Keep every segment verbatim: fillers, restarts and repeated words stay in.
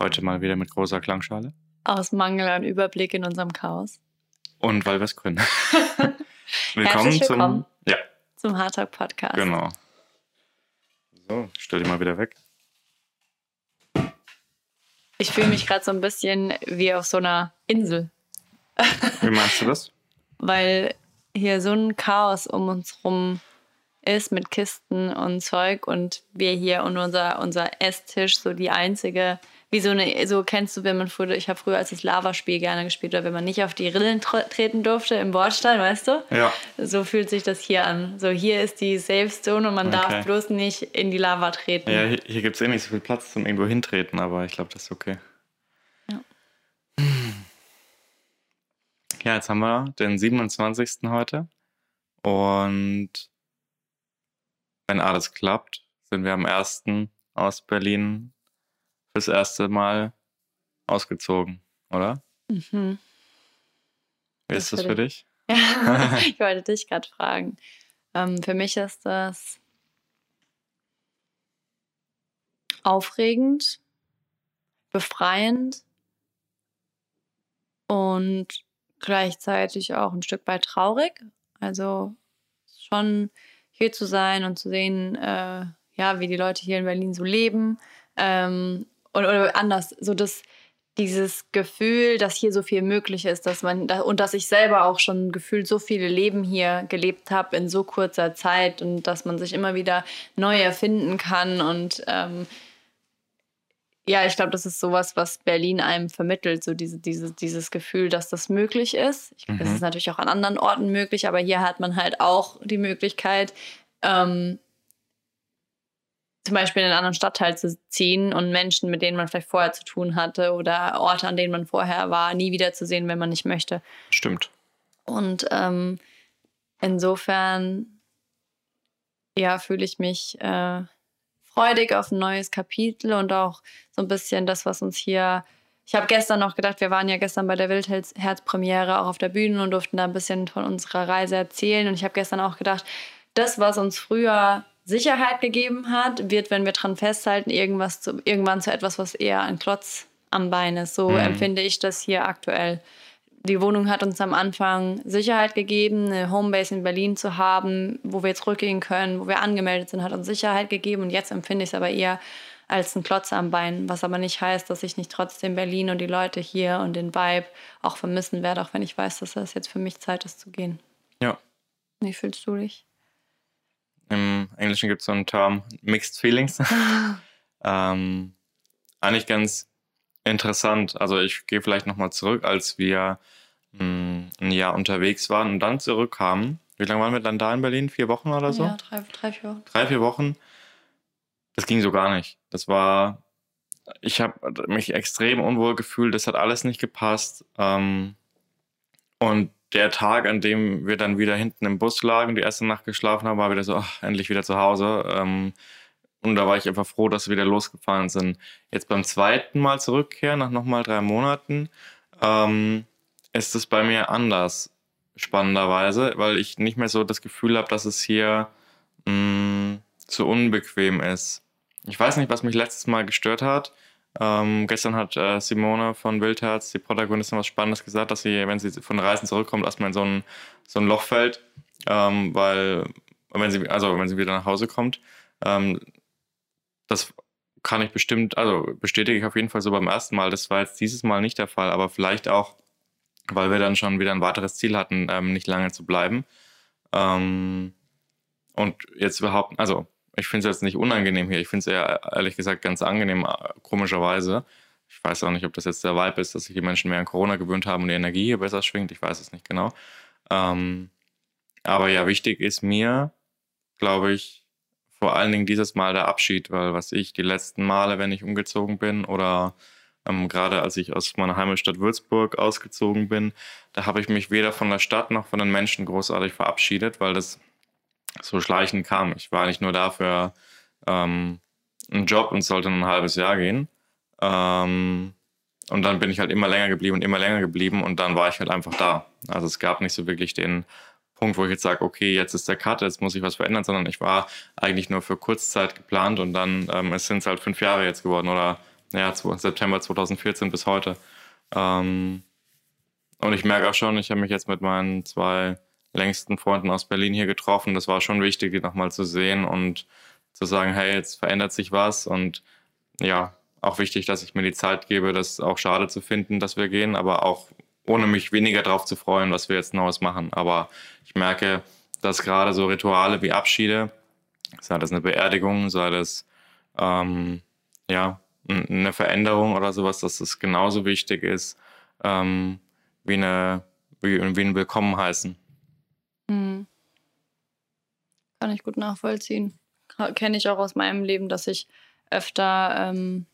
Heute mal wieder mit großer Klangschale. Aus Mangel an Überblick in unserem Chaos. Und weil wir es können. willkommen Herzlich willkommen zum, ja, zum Hardtalk Podcast. Genau. So, stell die mal wieder weg. Ich fühle mich gerade so ein bisschen wie auf so einer Insel. Wie meinst du das? Weil hier so ein Chaos um uns rum ist mit Kisten und Zeug und wir hier und unser, unser Esstisch so die einzige, wie so eine, so kennst du, wenn man früher, ich habe früher als das Lavaspiel gerne gespielt, oder wenn man nicht auf die Rillen tr- treten durfte im Bordstein, weißt du? Ja. So fühlt sich das hier an. So, hier ist die Safe Zone und man Okay. darf bloß nicht in die Lava treten. Ja, hier, hier gibt es eh nicht so viel Platz zum irgendwo hintreten, aber ich glaube, das ist okay. Ja. Ja, jetzt haben wir den siebenundzwanzigsten heute und wenn alles klappt, sind wir am ersten aus Berlin fürs erste Mal ausgezogen, oder? Mhm. Wie Das ist das für für dich? Ja, ich wollte dich gerade fragen. Ähm, für mich ist das aufregend, befreiend und gleichzeitig auch ein Stück weit traurig. Also schon hier zu sein und zu sehen, äh, ja, wie die Leute hier in Berlin so leben. Ähm, oder, oder anders, so das, dieses Gefühl, dass hier so viel möglich ist, dass man da, und dass ich selber auch schon gefühlt so viele Leben hier gelebt habe in so kurzer Zeit und dass man sich immer wieder neu erfinden kann. Und ähm, ja, ich glaube, das ist sowas, was Berlin einem vermittelt, so diese, diese, dieses Gefühl, dass das möglich ist. Ich, Mhm. Es ist natürlich auch an anderen Orten möglich, aber hier hat man halt auch die Möglichkeit, ähm, zum Beispiel in einen anderen Stadtteil zu ziehen und Menschen, mit denen man vielleicht vorher zu tun hatte oder Orte, an denen man vorher war, nie wiederzusehen, wenn man nicht möchte. Stimmt. Und ähm, insofern, ja, fühle ich mich äh, freudig auf ein neues Kapitel und auch so ein bisschen das, was uns hier... Ich habe gestern noch gedacht, wir waren ja gestern bei der Wildherz-Premiere auch auf der Bühne und durften da ein bisschen von unserer Reise erzählen. Und ich habe gestern auch gedacht, das, was uns früher Sicherheit gegeben hat, wird, wenn wir dran festhalten, irgendwas zu, irgendwann zu etwas, was eher ein Klotz am Bein ist. So Mhm. empfinde ich das hier aktuell. Die Wohnung hat uns am Anfang Sicherheit gegeben, eine Homebase in Berlin zu haben, wo wir jetzt rückgehen können, wo wir angemeldet sind, hat uns Sicherheit gegeben. Und jetzt empfinde ich es aber eher als ein Klotz am Bein, was aber nicht heißt, dass ich nicht trotzdem Berlin und die Leute hier und den Vibe auch vermissen werde, auch wenn ich weiß, dass das jetzt für mich Zeit ist zu gehen. Ja. Wie fühlst du dich? Im Englischen gibt es so einen Term, Mixed Feelings. ähm, eigentlich ganz interessant. Also ich gehe vielleicht nochmal zurück, als wir mh, ein Jahr unterwegs waren und dann zurückkamen. Wie lange waren wir dann da in Berlin? Vier Wochen oder so? Ja, drei, drei, vier Wochen. Drei, vier Wochen. Das ging so gar nicht. Das war, ich habe mich extrem unwohl gefühlt. Das hat alles nicht gepasst. Ähm, und der Tag, an dem wir dann wieder hinten im Bus lagen, die erste Nacht geschlafen haben, war wieder so, ach, endlich wieder zu Hause. Ähm, und da war ich einfach froh, dass wir wieder losgefahren sind. Jetzt beim zweiten Mal zurückkehren, nach nochmal drei Monaten, ähm, ist es bei mir anders, spannenderweise, weil ich nicht mehr so das Gefühl habe, dass es hier mh, zu unbequem ist. Ich weiß nicht, was mich letztes Mal gestört hat. Ähm, gestern hat äh, Simone von Wildherz, die Protagonistin, was Spannendes gesagt, dass sie, wenn sie von Reisen zurückkommt, erstmal in so ein, so ein Loch fällt, ähm, weil, wenn sie, also wenn sie wieder nach Hause kommt, ähm, das kann ich bestimmt, also bestätige ich auf jeden Fall so beim ersten Mal. Das war jetzt dieses Mal nicht der Fall, aber vielleicht auch, weil wir dann schon wieder ein weiteres Ziel hatten, ähm, nicht lange zu bleiben. Ähm, und jetzt überhaupt, also ich finde es jetzt nicht unangenehm hier. Ich finde es eher, ehrlich gesagt, ganz angenehm, komischerweise. Ich weiß auch nicht, ob das jetzt der Vibe ist, dass sich die Menschen mehr an Corona gewöhnt haben und die Energie hier besser schwingt. Ich weiß es nicht genau. Ähm, aber ja, wichtig ist mir, glaube ich, vor allen Dingen dieses Mal der Abschied, weil was ich die letzten Male, wenn ich umgezogen bin oder ähm, gerade als ich aus meiner Heimatstadt Würzburg ausgezogen bin, da habe ich mich weder von der Stadt noch von den Menschen großartig verabschiedet, weil das so schleichend kam. Ich war nicht nur da für ähm, einen Job und sollte ein halbes Jahr gehen. Ähm, und dann bin ich halt immer länger geblieben und immer länger geblieben und dann war ich halt einfach da. Also es gab nicht so wirklich den Punkt, wo ich jetzt sage, okay, jetzt ist der Cut, jetzt muss ich was verändern, sondern ich war eigentlich nur für Kurzzeit geplant und dann ähm, es sind es halt fünf Jahre jetzt geworden oder ja, September zweitausendvierzehn bis heute. Ähm, und ich merke auch schon, ich habe mich jetzt mit meinen zwei längsten Freunden aus Berlin hier getroffen. Das war schon wichtig, die nochmal zu sehen und zu sagen, hey, jetzt verändert sich was. Und ja, auch wichtig, dass ich mir die Zeit gebe, das auch schade zu finden, dass wir gehen, aber auch ohne mich weniger darauf zu freuen, was wir jetzt Neues machen. Aber ich merke, dass gerade so Rituale wie Abschiede, sei das eine Beerdigung, sei das ähm, ja, eine Veränderung oder sowas, dass das genauso wichtig ist ähm, wie, eine, wie, wie ein Willkommen heißen. Hm. Kann ich gut nachvollziehen. Kenne ich auch aus meinem Leben, dass ich öfter ähm,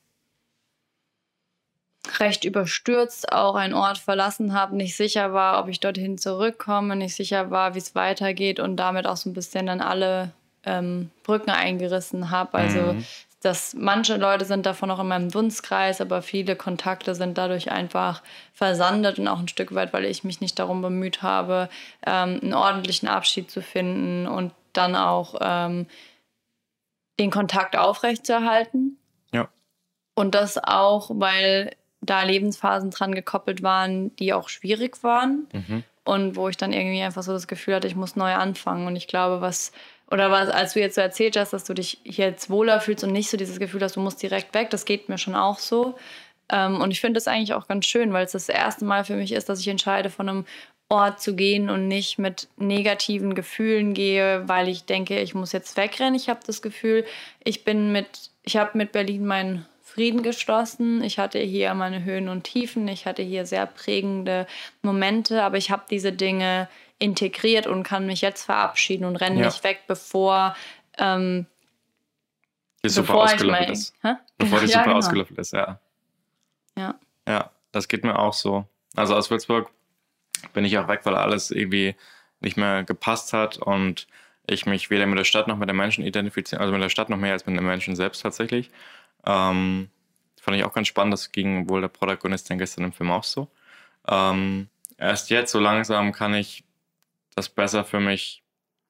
recht überstürzt auch einen Ort verlassen habe, nicht sicher war, ob ich dorthin zurückkomme, nicht sicher war, wie es weitergeht und damit auch so ein bisschen dann alle ähm, Brücken eingerissen habe. Also Mhm. dass manche Leute sind davon auch in meinem Dunstkreis, aber viele Kontakte sind dadurch einfach versandet und auch ein Stück weit, weil ich mich nicht darum bemüht habe, ähm, einen ordentlichen Abschied zu finden und dann auch ähm, den Kontakt aufrechtzuerhalten. Ja. Und das auch, weil da Lebensphasen dran gekoppelt waren, die auch schwierig waren. Mhm. Und wo ich dann irgendwie einfach so das Gefühl hatte, ich muss neu anfangen. Und ich glaube, was, oder was, als du jetzt so erzählt hast, dass du dich hier jetzt wohler fühlst und nicht so dieses Gefühl hast, du musst direkt weg, das geht mir schon auch so. Ähm, und ich finde das eigentlich auch ganz schön, weil es das erste Mal für mich ist, dass ich entscheide, von einem Ort zu gehen und nicht mit negativen Gefühlen gehe, weil ich denke, ich muss jetzt wegrennen. Ich habe das Gefühl, ich bin mit, ich habe mit Berlin meinen Frieden geschlossen. Ich hatte hier meine Höhen und Tiefen. Ich hatte hier sehr prägende Momente, aber ich habe diese Dinge integriert und kann mich jetzt verabschieden und renne Ja. nicht weg, bevor ähm, Die super bevor ich ausgelöffelt mein, ist. hä? Bevor die Ja, super genau. ausgelöffelt ist, ja. Ja. Ja, das geht mir auch so. Also aus Würzburg bin ich auch weg, weil alles irgendwie nicht mehr gepasst hat und ich mich weder mit der Stadt noch mit den Menschen identifiziere, also mit der Stadt noch mehr als mit den Menschen selbst tatsächlich. Ähm, fand ich auch ganz spannend, das ging wohl der Protagonistin gestern im Film auch so. Ähm, erst jetzt so langsam kann ich das besser für mich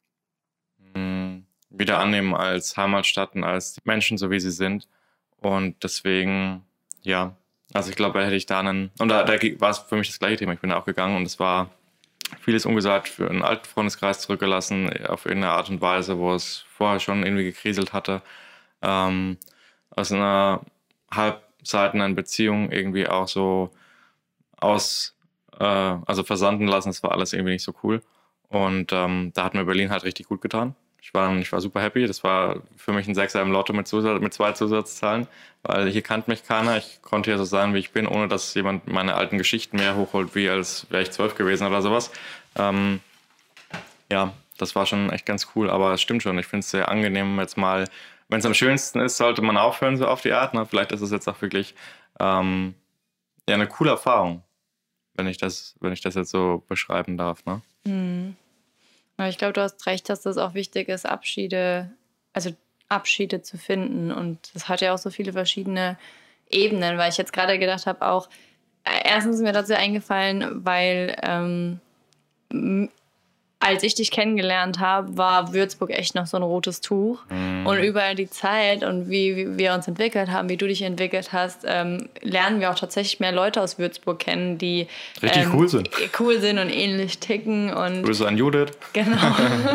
mh, wieder annehmen als Heimatstadt und als die Menschen, so wie sie sind. Und deswegen, ja, also ich glaube, da hätte ich da einen, und da, da war es für mich das gleiche Thema, ich bin da auch gegangen und es war vieles ungesagt für einen alten Freundeskreis zurückgelassen, auf irgendeine Art und Weise, wo es vorher schon irgendwie gekriselt hatte. Ähm, aus einer halbseitenden Beziehung irgendwie auch so aus, äh, also versanden lassen, das war alles irgendwie nicht so cool. Und ähm, da hat mir Berlin halt richtig gut getan. Ich war, ich war super happy. Das war für mich ein Sechser im Lotto mit, Zusatz, mit zwei Zusatzzahlen, weil hier kannte mich keiner. Ich konnte hier so sein, wie ich bin, ohne dass jemand meine alten Geschichten mehr hochholt, wie als wäre ich zwölf gewesen oder sowas. Ähm, ja, das war schon echt ganz cool, aber es stimmt schon. Ich finde es sehr angenehm, jetzt mal, wenn es am schönsten ist, sollte man aufhören, so auf die Art. Ne? Vielleicht ist es jetzt auch wirklich ähm, ja, eine coole Erfahrung, wenn ich das, wenn ich das jetzt so beschreiben darf. Ne? Hm. Ich glaube, du hast recht, dass das auch wichtig ist, Abschiede, also Abschiede zu finden. Und das hat ja auch so viele verschiedene Ebenen, weil ich jetzt gerade gedacht habe, auch, äh, erstens ist mir dazu eingefallen, weil ähm, m- als ich dich kennengelernt habe, war Würzburg echt noch so ein rotes Tuch. Mhm. Und über die Zeit und wie, wie wir uns entwickelt haben, wie du dich entwickelt hast, ähm, lernen wir auch tatsächlich mehr Leute aus Würzburg kennen, die Richtig ähm, cool sind. cool sind und ähnlich ticken. Und Grüße an Judith. genau.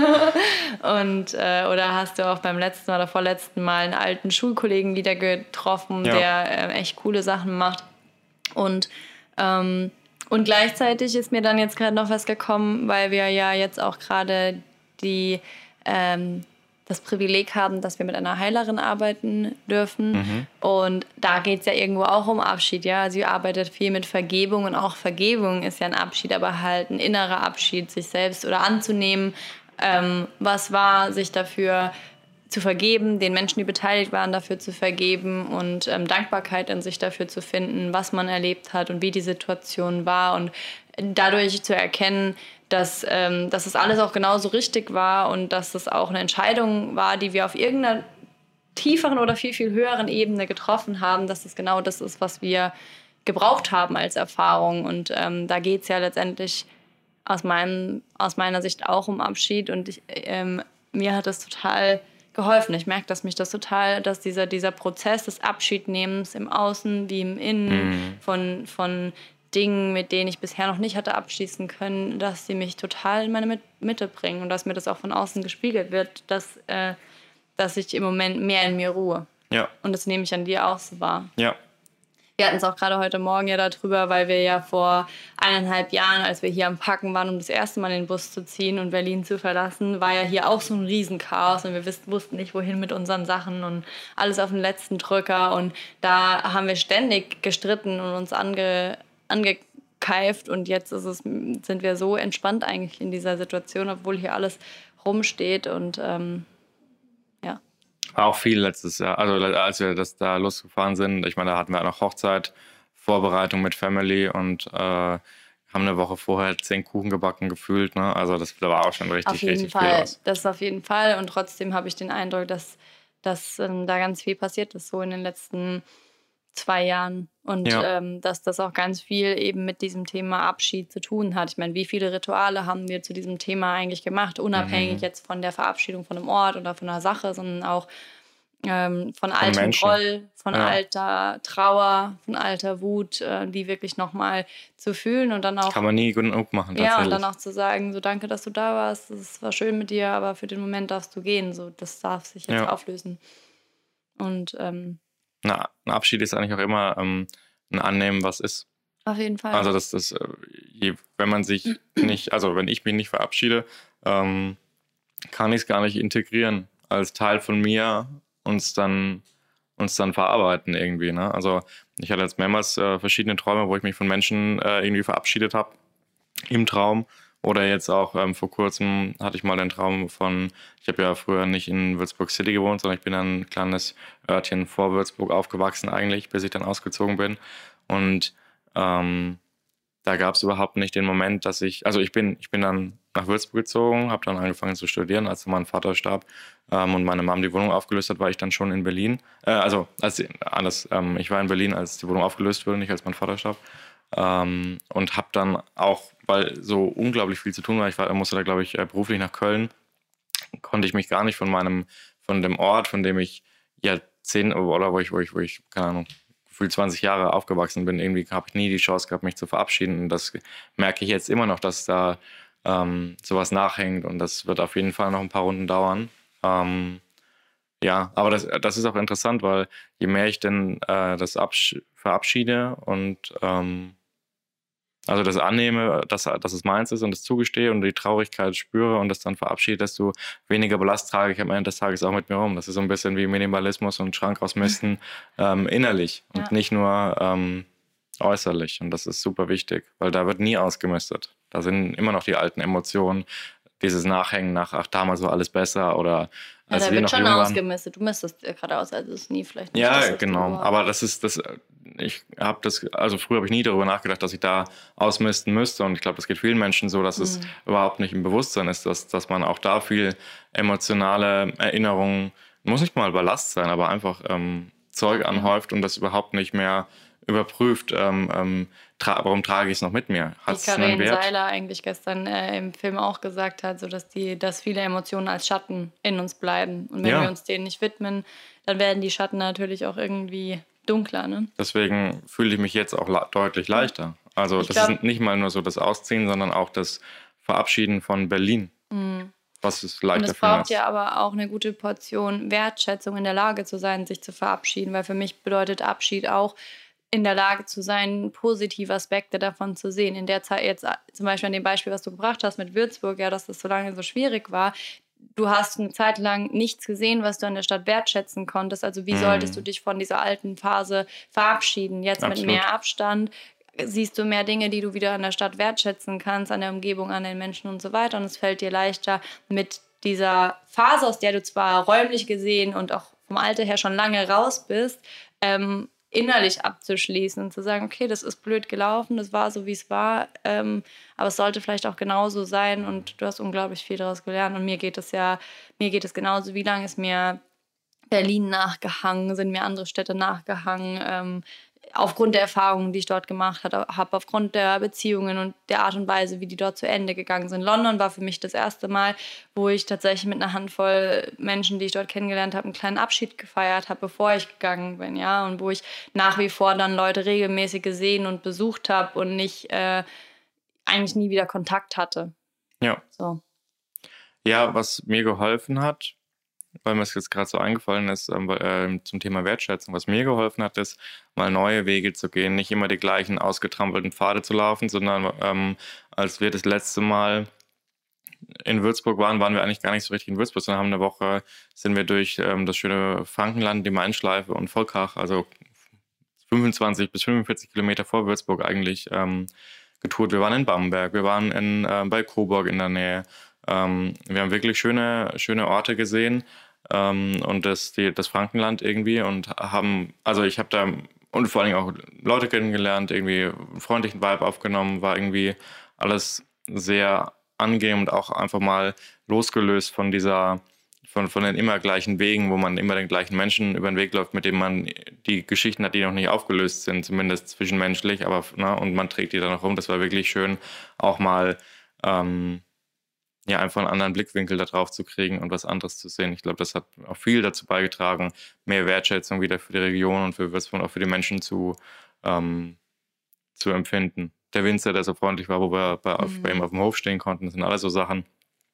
Und äh, oder hast du auch beim letzten oder vorletzten Mal einen alten Schulkollegen wieder getroffen, Ja. der äh, echt coole Sachen macht. Und ähm, und gleichzeitig ist mir dann jetzt gerade noch was gekommen, weil wir ja jetzt auch gerade die ähm, das Privileg haben, dass wir mit einer Heilerin arbeiten dürfen. Mhm. Und da geht es ja irgendwo auch um Abschied. Ja? Sie arbeitet viel mit Vergebung und auch Vergebung ist ja ein Abschied, aber halt ein innerer Abschied, sich selbst oder anzunehmen, ähm, was war, sich dafür zu vergeben, den Menschen, die beteiligt waren, dafür zu vergeben und ähm, Dankbarkeit in sich dafür zu finden, was man erlebt hat und wie die Situation war und dadurch zu erkennen, dass, ähm, dass es alles auch genauso richtig war und dass es auch eine Entscheidung war, die wir auf irgendeiner tieferen oder viel, viel höheren Ebene getroffen haben, dass es genau das ist, was wir gebraucht haben als Erfahrung. Und ähm, da geht es ja letztendlich aus, meinem, aus meiner Sicht auch um Abschied. Und ich, ähm, mir hat es total geholfen. Ich merke, dass mich das total, dass dieser, dieser Prozess des Abschiednehmens im Außen wie im Innen Mhm. von, von Dingen, mit denen ich bisher noch nicht hatte abschließen können, dass sie mich total in meine Mitte bringen und dass mir das auch von außen gespiegelt wird, dass, äh, dass ich im Moment mehr in mir ruhe. Ja. Und das nehme ich an dir auch so wahr. Ja. Wir hatten es auch gerade heute Morgen ja darüber, weil wir ja vor eineinhalb Jahren, als wir hier am Packen waren, um das erste Mal den Bus zu ziehen und Berlin zu verlassen, war ja hier auch so ein Riesenchaos und wir wussten, wussten nicht, wohin mit unseren Sachen und alles auf den letzten Drücker. Und da haben wir ständig gestritten und uns ange, angekeift und jetzt ist es, sind wir so entspannt eigentlich in dieser Situation, obwohl hier alles rumsteht und ähm, ja. War auch viel letztes Jahr, also als wir das da losgefahren sind, ich meine, da hatten wir auch noch Hochzeit, Vorbereitung mit Family und äh, haben eine Woche vorher zehn Kuchen gebacken gefühlt, ne? Also das da war auch schon richtig, auf jeden richtig Fall. viel los. Das auf jeden Fall und trotzdem habe ich den Eindruck, dass, dass ähm, da ganz viel passiert ist, so in den letzten zwei Jahren und Ja. ähm, dass das auch ganz viel eben mit diesem Thema Abschied zu tun hat. Ich meine, wie viele Rituale haben wir zu diesem Thema eigentlich gemacht, unabhängig Mhm. jetzt von der Verabschiedung von einem Ort oder von einer Sache, sondern auch ähm, von altem Menschen. Groll, von Ja. alter Trauer, von alter Wut, äh, die wirklich nochmal zu fühlen und dann auch Kann man nie genug machen, ja, und tatsächlich. dann auch zu sagen, so danke, dass du da warst, es war schön mit dir, aber für den Moment darfst du gehen, so das darf sich jetzt Ja. auflösen. Und ähm, Na, ein Abschied ist eigentlich auch immer ähm, ein Annehmen, was ist. auf jeden Fall. Also das, das, äh, je, wenn man sich nicht, also wenn ich mich nicht verabschiede, ähm, kann ich es gar nicht integrieren als Teil von mir uns dann uns dann verarbeiten irgendwie. Ne? Also ich hatte jetzt mehrmals äh, verschiedene Träume, wo ich mich von Menschen äh, irgendwie verabschiedet habe im Traum. Oder jetzt auch ähm, vor kurzem hatte ich mal den Traum von, ich habe ja früher nicht in Würzburg City gewohnt, sondern ich bin ein kleines Örtchen vor Würzburg aufgewachsen eigentlich, bis ich dann ausgezogen bin. Und ähm, da gab es überhaupt nicht den Moment, dass ich, also ich bin, ich bin dann nach Würzburg gezogen, habe dann angefangen zu studieren, als mein Vater starb ähm, und meine Mom die Wohnung aufgelöst hat, war ich dann schon in Berlin. Äh, also als alles, ähm, ich war in Berlin, als die Wohnung aufgelöst wurde, nicht als mein Vater starb. Ähm, und habe dann auch, weil so unglaublich viel zu tun war, ich war, musste da glaube ich äh, beruflich nach Köln, konnte ich mich gar nicht von meinem, von dem Ort, von dem ich ja zehn oder wo ich, wo ich, wo ich, keine Ahnung, gefühlt zwanzig Jahre aufgewachsen bin, irgendwie habe ich nie die Chance gehabt, mich zu verabschieden. Und das merke ich jetzt immer noch, dass da ähm, sowas nachhängt und das wird auf jeden Fall noch ein paar Runden dauern. Ähm, ja, aber das, das ist auch interessant, weil je mehr ich denn äh, das absch- verabschiede und ähm, also das annehme, dass, dass es meins ist und das zugestehe und die Traurigkeit spüre und das dann verabschiede, desto weniger Ballast trage ich am Ende des Tages auch mit mir rum. Das ist so ein bisschen wie Minimalismus und Schrank ausmisten ähm, innerlich und Ja. nicht nur ähm, äußerlich. Und das ist super wichtig, weil da wird nie ausgemistet. Da sind immer noch die alten Emotionen, dieses Nachhängen nach, ach, damals war alles besser oder ja, als da wir wird noch schon jung waren. ausgemistet. Du müsstest gerade aus, als es nie vielleicht nicht Ja, ist, genau. überhaupt. Aber das ist das. Ich habe das. Also früher habe ich nie darüber nachgedacht, dass ich da ausmisten müsste. Und ich glaube, das geht vielen Menschen so, dass Mhm. es überhaupt nicht im Bewusstsein ist, dass, dass man auch da viel emotionale Erinnerungen, muss nicht mal Ballast sein, aber einfach ähm, Zeug anhäuft und das überhaupt nicht mehr überprüft. Ähm, ähm, tra- warum trage ich es noch mit mir? Hat Wie es einen Karin Wert? Seiler eigentlich gestern äh, im Film auch gesagt hat, so dass die, dass viele Emotionen als Schatten in uns bleiben. Und wenn Ja. wir uns denen nicht widmen, dann werden die Schatten natürlich auch irgendwie dunkler. Ne? Deswegen fühle ich mich jetzt auch la- deutlich leichter. Also Ich das glaub- ist nicht mal nur so das Ausziehen, sondern auch das Verabschieden von Berlin. Was ist Und leichter es für mich? braucht ja aber auch eine gute Portion Wertschätzung, in der Lage zu sein, sich zu verabschieden. Weil für mich bedeutet Abschied auch, in der Lage zu sein, positive Aspekte davon zu sehen. In der Zeit jetzt zum Beispiel an dem Beispiel, was du gebracht hast mit Würzburg, ja, dass das so lange so schwierig war. Du hast eine Zeit lang nichts gesehen, was du an der Stadt wertschätzen konntest. Also wie Mhm. solltest du dich von dieser alten Phase verabschieden? Jetzt Absolut. mit mehr Abstand siehst du mehr Dinge, die du wieder an der Stadt wertschätzen kannst, an der Umgebung, an den Menschen und so weiter. Und es fällt dir leichter, mit dieser Phase, aus der du zwar räumlich gesehen und auch vom Alter her schon lange raus bist, ähm, innerlich abzuschließen und zu sagen, okay, das ist blöd gelaufen, das war so, wie es war, ähm, aber es sollte vielleicht auch genauso sein und du hast unglaublich viel daraus gelernt und mir geht es ja, mir geht es genauso, wie lange ist mir Berlin nachgehangen, sind mir andere Städte nachgehangen, ähm, aufgrund der Erfahrungen, die ich dort gemacht habe, aufgrund der Beziehungen und der Art und Weise, wie die dort zu Ende gegangen sind. London war für mich das erste Mal, wo ich tatsächlich mit einer Handvoll Menschen, die ich dort kennengelernt habe, einen kleinen Abschied gefeiert habe, bevor ich gegangen bin, ja, und wo ich nach wie vor dann Leute regelmäßig gesehen und besucht habe und nicht äh, eigentlich nie wieder Kontakt hatte. Ja. So. Ja, was mir geholfen hat, weil mir es jetzt gerade so eingefallen ist, äh, zum Thema Wertschätzung. Was mir geholfen hat, ist, mal neue Wege zu gehen, nicht immer die gleichen ausgetrampelten Pfade zu laufen, sondern ähm, als wir das letzte Mal in Würzburg waren, waren wir eigentlich gar nicht so richtig in Würzburg, sondern haben eine Woche, sind wir durch ähm, das schöne Frankenland, die Mainschleife und Volkach, also fünfundzwanzig bis fünfundvierzig Kilometer vor Würzburg eigentlich ähm, getourt. Wir waren in Bamberg, wir waren in, äh, bei Coburg in der Nähe. Ähm, wir haben wirklich schöne, schöne Orte gesehen. Ähm, und das, die, das Frankenland irgendwie und haben, also ich habe da und vor allem auch Leute kennengelernt, irgendwie einen freundlichen Vibe aufgenommen, war irgendwie alles sehr angenehm und auch einfach mal losgelöst von dieser, von, von den immer gleichen Wegen, wo man immer den gleichen Menschen über den Weg läuft, mit dem man die Geschichten hat, die noch nicht aufgelöst sind, zumindest zwischenmenschlich, aber ne, und man trägt die dann noch rum. Das war wirklich schön, auch mal ähm, ja, einfach einen anderen Blickwinkel da drauf zu kriegen und was anderes zu sehen. Ich glaube, das hat auch viel dazu beigetragen, mehr Wertschätzung wieder für die Region und für Würzburg und auch für die Menschen zu, ähm, zu empfinden. Der Winzer, der so freundlich war, wo wir bei, auf, mhm. bei ihm auf dem Hof stehen konnten, das sind alles so Sachen.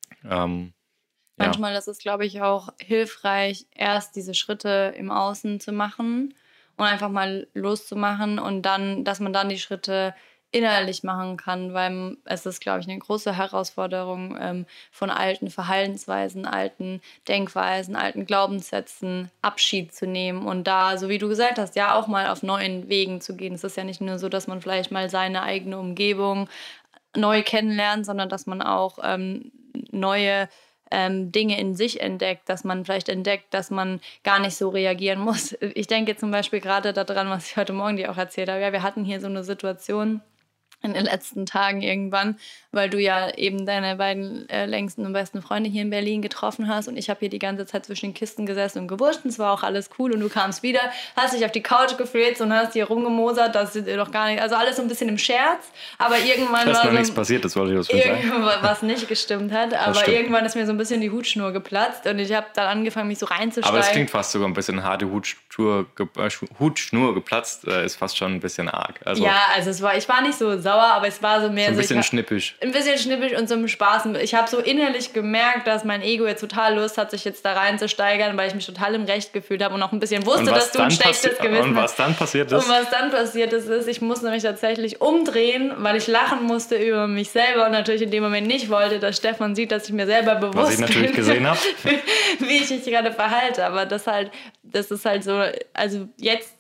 Ähm, Manchmal ja. ist es, glaube ich, auch hilfreich, erst diese Schritte im Außen zu machen und einfach mal loszumachen und dann, dass man dann die Schritte innerlich machen kann, weil es ist, glaube ich, eine große Herausforderung, ähm, von alten Verhaltensweisen, alten Denkweisen, alten Glaubenssätzen Abschied zu nehmen und da, so wie du gesagt hast, ja auch mal auf neuen Wegen zu gehen. Es ist ja nicht nur so, dass man vielleicht mal seine eigene Umgebung neu kennenlernt, sondern dass man auch ähm, neue ähm, Dinge in sich entdeckt, dass man vielleicht entdeckt, dass man gar nicht so reagieren muss. Ich denke zum Beispiel gerade daran, was ich heute Morgen dir auch erzählt habe. Ja, wir hatten hier so eine Situation in den letzten Tagen irgendwann, weil du ja eben deine beiden äh, längsten und besten Freunde hier in Berlin getroffen hast und ich habe hier die ganze Zeit zwischen den Kisten gesessen und gewurscht und es war auch alles cool und du kamst wieder, hast dich auf die Couch gefläzt und hast hier rumgemosert, das ist doch gar nicht, also alles so ein bisschen im Scherz, aber irgendwann das war noch so nichts passiert, das wollte ich auch sagen. Was nicht gestimmt hat, aber irgendwann ist mir so ein bisschen die Hutschnur geplatzt und ich habe dann angefangen, mich so reinzusteigen. Aber es klingt fast sogar ein bisschen hart, die Hutschnur, ge äh, Hutschnur geplatzt äh, ist fast schon ein bisschen arg. Also ja, also es war, ich war nicht so sauer, aber es war so mehr so ein so... bisschen hab, schnippisch. Ein bisschen schnippisch und so ein Spaß. Ich habe so innerlich gemerkt, dass mein Ego jetzt total Lust hat, sich jetzt da reinzusteigern, weil ich mich total im Recht gefühlt habe und auch ein bisschen wusste, dass du ein schlechtes Gewissen hast. Und was dann passiert ist? Und was dann passiert ist, ist, ich musste mich tatsächlich umdrehen, weil ich lachen musste über mich selber und natürlich in dem Moment nicht wollte, dass Stefan sieht, dass ich mir selber bewusst bin. Was ich natürlich gesehen habe. Wie ich mich gerade verhalte. Aber das halt, das ist halt so, also jetzt,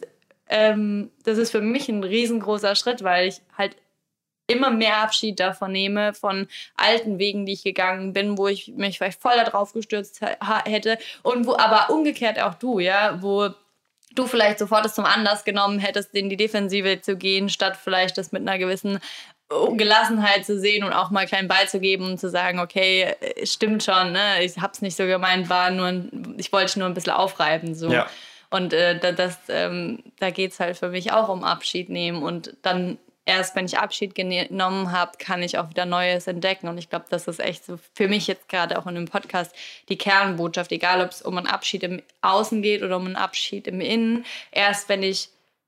ähm, das ist für mich ein riesengroßer Schritt, weil ich halt immer mehr Abschied davon nehme, von alten Wegen, die ich gegangen bin, wo ich mich vielleicht voll da drauf gestürzt ha- hätte und wo aber umgekehrt auch du, ja, wo du vielleicht sofort es zum Anlass genommen hättest, in die Defensive zu gehen, statt vielleicht das mit einer gewissen Gelassenheit zu sehen und auch mal klein beizugeben und zu sagen, okay, stimmt schon, ne, ich hab's nicht so gemeint, war nur, ein, ich wollte dich nur ein bisschen aufreiben, so. Ja. Und äh, das, ähm, da geht's halt für mich auch um Abschied nehmen und dann erst, wenn ich Abschied genommen habe, kann ich auch wieder Neues entdecken. Und ich glaube, das ist echt so für mich jetzt gerade auch in dem Podcast die Kernbotschaft, egal ob es um einen Abschied im Außen geht oder um einen Abschied im Innen. Erst wenn ich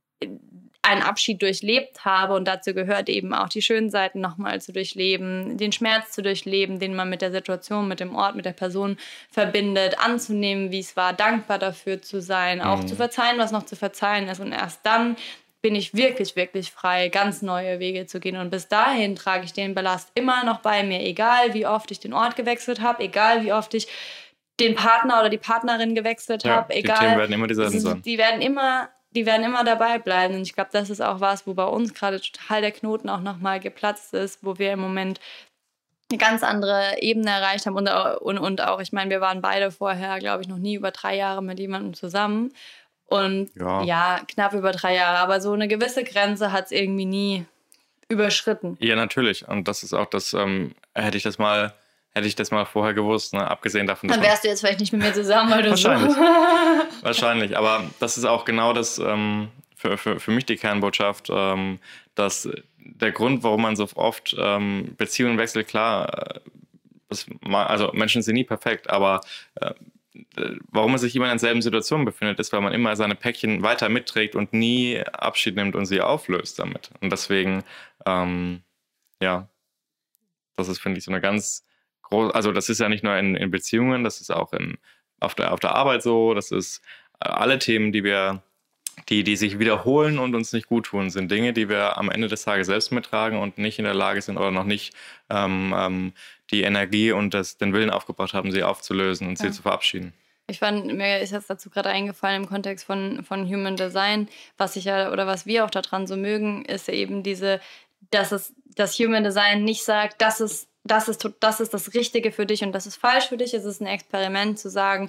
einen Abschied durchlebt habe und dazu gehört eben auch die schönen Seiten nochmal zu durchleben, den Schmerz zu durchleben, den man mit der Situation, mit dem Ort, mit der Person verbindet, anzunehmen, wie es war, dankbar dafür zu sein, auch mhm. zu verzeihen, was noch zu verzeihen ist. Und erst dann bin ich wirklich, wirklich frei, ganz neue Wege zu gehen. Und bis dahin trage ich den Ballast immer noch bei mir, egal wie oft ich den Ort gewechselt habe, egal wie oft ich den Partner oder die Partnerin gewechselt ja, habe, egal. Die Themen werden immer dieselben sein. Die werden immer, die werden immer dabei bleiben. Und ich glaube, das ist auch was, wo bei uns gerade total der Knoten auch nochmal geplatzt ist, wo wir im Moment eine ganz andere Ebene erreicht haben. Und, und, und auch, ich meine, wir waren beide vorher, glaube ich, noch nie über drei Jahre mit jemandem zusammen. Und ja. ja, knapp über drei Jahre. Aber so eine gewisse Grenze hat es irgendwie nie überschritten. Ja, natürlich. Und das ist auch das, ähm, hätte ich das mal, hätte ich das mal vorher gewusst, ne? Abgesehen davon, dass dann wärst du jetzt vielleicht nicht mit mir zusammen, weil du wahrscheinlich. so... Wahrscheinlich. Aber das ist auch genau das, ähm, für, für, für mich die Kernbotschaft, ähm, dass der Grund, warum man so oft ähm, Beziehungen wechselt, klar, äh, das, also Menschen sind nie perfekt, aber äh, warum man sich immer in derselben Situation befindet, ist, weil man immer seine Päckchen weiter mitträgt und nie Abschied nimmt und sie auflöst damit. Und deswegen, ähm, ja, das ist, finde ich, so eine ganz große, also das ist ja nicht nur in, in Beziehungen, das ist auch in, auf, der, auf der Arbeit so, das ist äh, alle Themen, die wir, die, die sich wiederholen und uns nicht gut tun, sind Dinge, die wir am Ende des Tages selbst mittragen und nicht in der Lage sind oder noch nicht ähm, ähm, die Energie und das, den Willen aufgebracht haben, sie aufzulösen und ja. sie zu verabschieden. Ich fand, mir ist jetzt dazu gerade eingefallen im Kontext von, von Human Design, was ich ja oder was wir auch daran so mögen, ist eben diese, dass es das Human Design nicht sagt, das ist, das ist, das ist das Richtige für dich und das ist falsch für dich. Es ist ein Experiment zu sagen,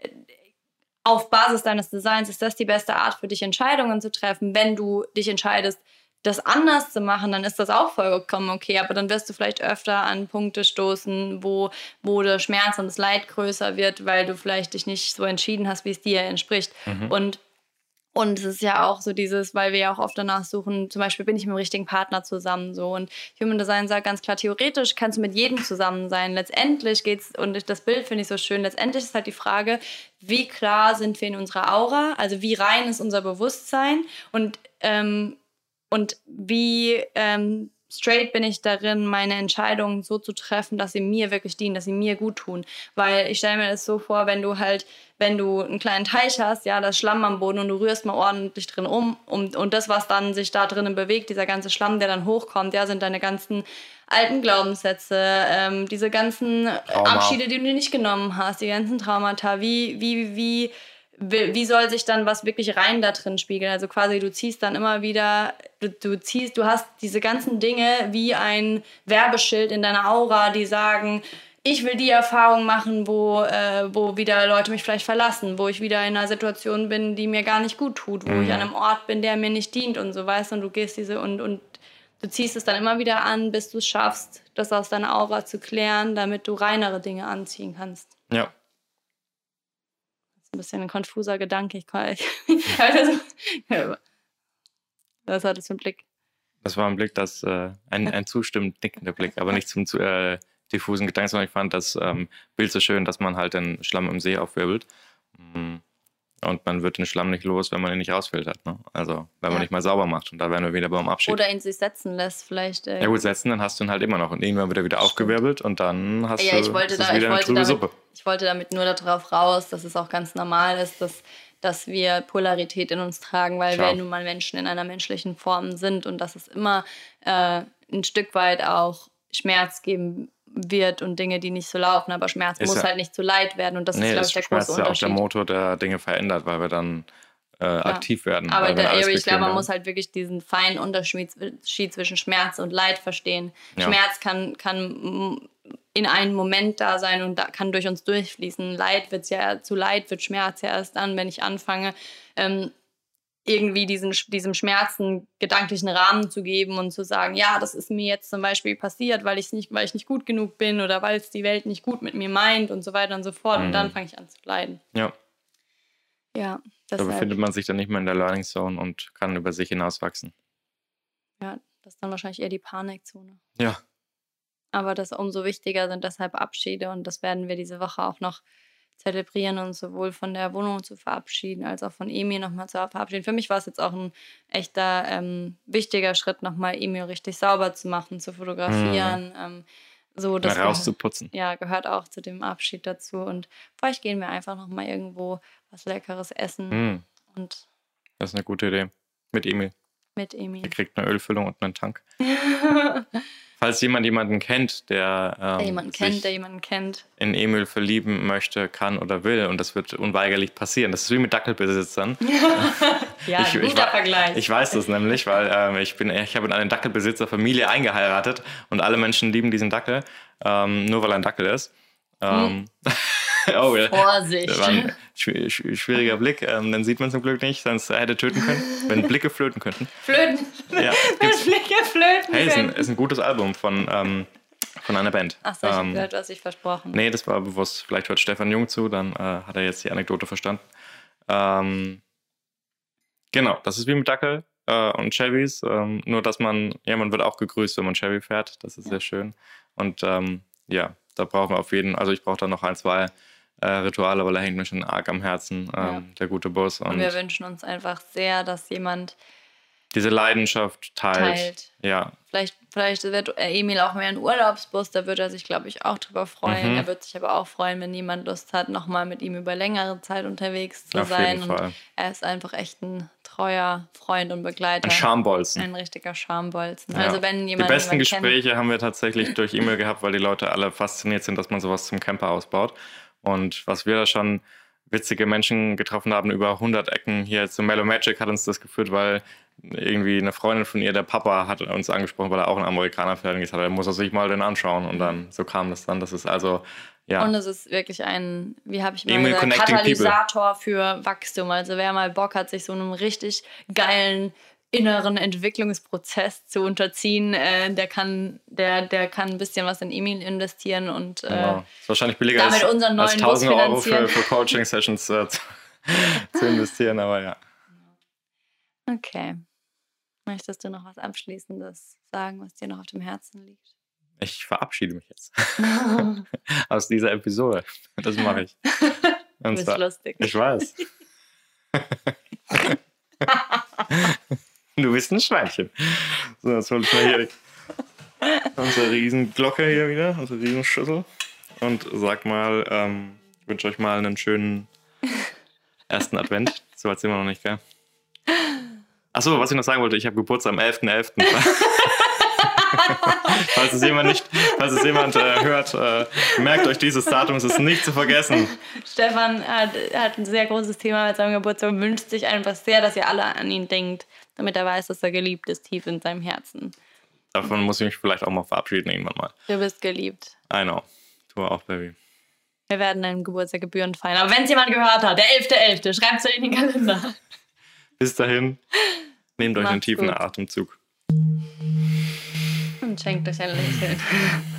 auf Basis deines Designs ist das die beste Art für dich, Entscheidungen zu treffen. Wenn du dich entscheidest, das anders zu machen, dann ist das auch vollkommen okay. Aber dann wirst du vielleicht öfter an Punkte stoßen, wo, wo der Schmerz und das Leid größer wird, weil du vielleicht dich nicht so entschieden hast, wie es dir entspricht. Mhm. Und, und es ist ja auch so dieses, weil wir ja auch oft danach suchen, zum Beispiel bin ich mit dem richtigen Partner zusammen. So. Und Human Design sagt ganz klar, theoretisch kannst du mit jedem zusammen sein. Letztendlich geht's, und das Bild finde ich so schön, letztendlich ist halt die Frage, wie klar sind wir in unserer Aura, also wie rein ist unser Bewusstsein und ähm, Und wie ähm, straight bin ich darin, meine Entscheidungen so zu treffen, dass sie mir wirklich dienen, dass sie mir gut tun. Weil ich stelle mir das so vor, wenn du halt, wenn du einen kleinen Teich hast, ja, das Schlamm am Boden und du rührst mal ordentlich drin um und, und das, was dann sich da drinnen bewegt, dieser ganze Schlamm, der dann hochkommt, ja, sind deine ganzen alten Glaubenssätze, ähm, diese ganzen Trauma. Abschiede, die du nicht genommen hast, die ganzen Traumata, wie, wie, wie, wie soll sich dann was wirklich rein da drin spiegeln? Also quasi du ziehst dann immer wieder, du, du ziehst, du hast diese ganzen Dinge wie ein Werbeschild in deiner Aura, die sagen, ich will die Erfahrung machen, wo, äh, wo wieder Leute mich vielleicht verlassen, wo ich wieder in einer Situation bin, die mir gar nicht gut tut, wo mhm. ich an einem Ort bin, der mir nicht dient und so, weißt du, und du gehst diese und, und du ziehst es dann immer wieder an, bis du es schaffst, das aus deiner Aura zu klären, damit du reinere Dinge anziehen kannst. Ja. Ein bisschen ein konfuser Gedanke. Ich kann, was hat das für ein Blick? Das war ein Blick, das äh, ein, ein zustimmend nickender Blick, aber nicht zum zu, äh, diffusen Gedanken, sondern ich fand das ähm, Bild so schön, dass man halt den Schlamm im See aufwirbelt. Und man wird den Schlamm nicht los, wenn man ihn nicht rausfiltert. Ne? Also, wenn man ja. nicht mal sauber macht. Und da wären wir wieder beim Abschied. Oder ihn sich setzen lässt, vielleicht. Äh, ja, gut, setzen, dann hast du ihn halt immer noch. Und irgendwann wird er wieder aufgewirbelt und dann hast ja, du ich wollte das da, wieder ich eine wollte trübe damit, Suppe. Ich wollte damit nur darauf raus, dass es auch ganz normal ist, dass, dass wir Polarität in uns tragen, weil Klar. wir nun mal Menschen in einer menschlichen Form sind und dass es immer äh, ein Stück weit auch Schmerz geben wird und Dinge, die nicht so laufen, aber Schmerz ist muss ja, halt nicht zu Leid werden und das nee, ist, glaube ich, der Schmerz große Unterschied. Schmerz ist ja auch der Motor, der Dinge verändert, weil wir dann äh, aktiv werden. Aber der, ich glaube, man muss halt wirklich diesen feinen Unterschied zwischen Schmerz und Leid verstehen. Ja. Schmerz kann, kann in einem Moment da sein und da kann durch uns durchfließen. Leid wird ja zu Leid, wird Schmerz ja erst dann, wenn ich anfange, ähm, irgendwie diesen, diesem Schmerzen gedanklichen Rahmen zu geben und zu sagen, ja, das ist mir jetzt zum Beispiel passiert, weil, ich's nicht, weil ich nicht gut genug bin oder weil es die Welt nicht gut mit mir meint und so weiter und so fort. Mhm. Und dann fange ich an zu leiden. Ja. Ja, da befindet man sich dann nicht mehr in der Learning Zone und kann über sich hinauswachsen. Ja, das ist dann wahrscheinlich eher die Panikzone. Ja. Aber das umso wichtiger sind deshalb Abschiede und das werden wir diese Woche auch noch zelebrieren, uns sowohl von der Wohnung zu verabschieden, als auch von Emil nochmal zu verabschieden. Für mich war es jetzt auch ein echter ähm, wichtiger Schritt, nochmal Emil richtig sauber zu machen, zu fotografieren. Mhm. Ähm, so, das rauszuputzen. Ja, gehört auch zu dem Abschied dazu. Und vielleicht gehen wir einfach nochmal irgendwo was Leckeres essen. Mhm. Und das ist eine gute Idee. Mit Emil. Mit Emil. Er kriegt eine Ölfüllung und einen Tank. Falls jemand jemanden kennt, der, ähm, der jemanden kennt, der jemanden kennt, in Emil verlieben möchte, kann oder will, und das wird unweigerlich passieren. Das ist wie mit Dackelbesitzern. ja, ich, guter ich, Vergleich. Ich weiß das nämlich, weil ähm, ich bin, ich habe in eine Dackelbesitzerfamilie eingeheiratet und alle Menschen lieben diesen Dackel, ähm, nur weil er ein Dackel ist. Ähm, hm. oh, ja. Vorsicht. Das war ein schw- schw- schwieriger Blick. Ähm, dann sieht man zum Glück nicht, sonst er hätte töten können, wenn Blicke flöten könnten. Flöten? Ja, wenn Blicke flöten Hey, ist ein, ist ein gutes Album von, ähm, von einer Band. Ach so, ich ähm, habe gehört, du hast dich versprochen. Nee, das war bewusst. Vielleicht hört Stefan Jung zu, dann äh, hat er jetzt die Anekdote verstanden. Ähm, Genau, das ist wie mit Dackel äh, und Chevys. Ähm, nur, dass man, ja, man wird auch gegrüßt, wenn man Chevy fährt. Das ist ja. sehr schön. Und ähm, ja, da brauchen wir auf jeden Fall, also ich brauche da noch ein, zwei äh, Rituale, weil er hängt mir schon arg am Herzen, ähm, ja. der gute Bus. Und, und wir wünschen uns einfach sehr, dass jemand diese Leidenschaft teilt. teilt. Ja. Vielleicht, vielleicht wird Emil auch mehr ein Urlaubsbus, da wird er sich, glaube ich, auch drüber freuen. Mhm. Er wird sich aber auch freuen, wenn jemand Lust hat, nochmal mit ihm über längere Zeit unterwegs zu Auf sein. Jeden Fall. Und er ist einfach echt ein treuer Freund und Begleiter. Ein Schambolzen. Ein richtiger Schambolzen. Ja. Also wenn jemand die besten Gespräche kennt, haben wir tatsächlich durch E-Mail gehabt, weil die Leute alle fasziniert sind, dass man sowas zum Camper ausbaut. Und was wir da schon witzige Menschen getroffen haben über hundert Ecken. Hier zu Mellow Magic hat uns das geführt, weil irgendwie eine Freundin von ihr, der Papa, hat uns angesprochen, weil er auch ein Amerikaner-Fan ist. Er muss er sich mal den anschauen. Und dann, so kam das dann. Das ist also, ja. Und es ist wirklich ein, wie habe ich mal gesagt, Katalysator people. für Wachstum. Also wer mal Bock hat, sich so einem richtig geilen inneren Entwicklungsprozess zu unterziehen, äh, der kann der, der kann ein bisschen was in Emil investieren und äh, genau. Ist wahrscheinlich billiger als, als tausend Euro für, für Coaching-Sessions äh, zu, zu investieren, aber ja. Okay. Möchtest du noch was Abschließendes sagen, was dir noch auf dem Herzen liegt? Ich verabschiede mich jetzt aus dieser Episode. Das mache ich. Du bist zwar, lustig. Ich weiß. Du bist ein Schweinchen. So, jetzt hol ich mal hier unsere Riesenglocke hier wieder, unsere Riesenschüssel. Und sag mal, ähm, ich wünsche euch mal einen schönen ersten Advent. So weit sind wir noch nicht, gell? Achso, was ich noch sagen wollte, ich habe Geburtstag am elften elften falls es jemand, nicht, falls es jemand äh, hört, äh, merkt euch dieses Datum, es ist nicht zu vergessen. Stefan hat, hat ein sehr großes Thema mit seinem Geburtstag und wünscht sich einfach sehr, dass ihr alle an ihn denkt, damit er weiß, dass er geliebt ist, tief in seinem Herzen. Davon muss ich mich vielleicht auch mal verabschieden irgendwann mal. Du bist geliebt. I know. Du auch, Baby. Wir werden deinen Geburtstag gebührend feiern. Aber wenn es jemand gehört hat, der elfte elfte schreibt es euch in den Kalender. Bis dahin, nehmt euch Macht's einen tiefen gut. Atemzug. Und schenkt euch ein Lächeln.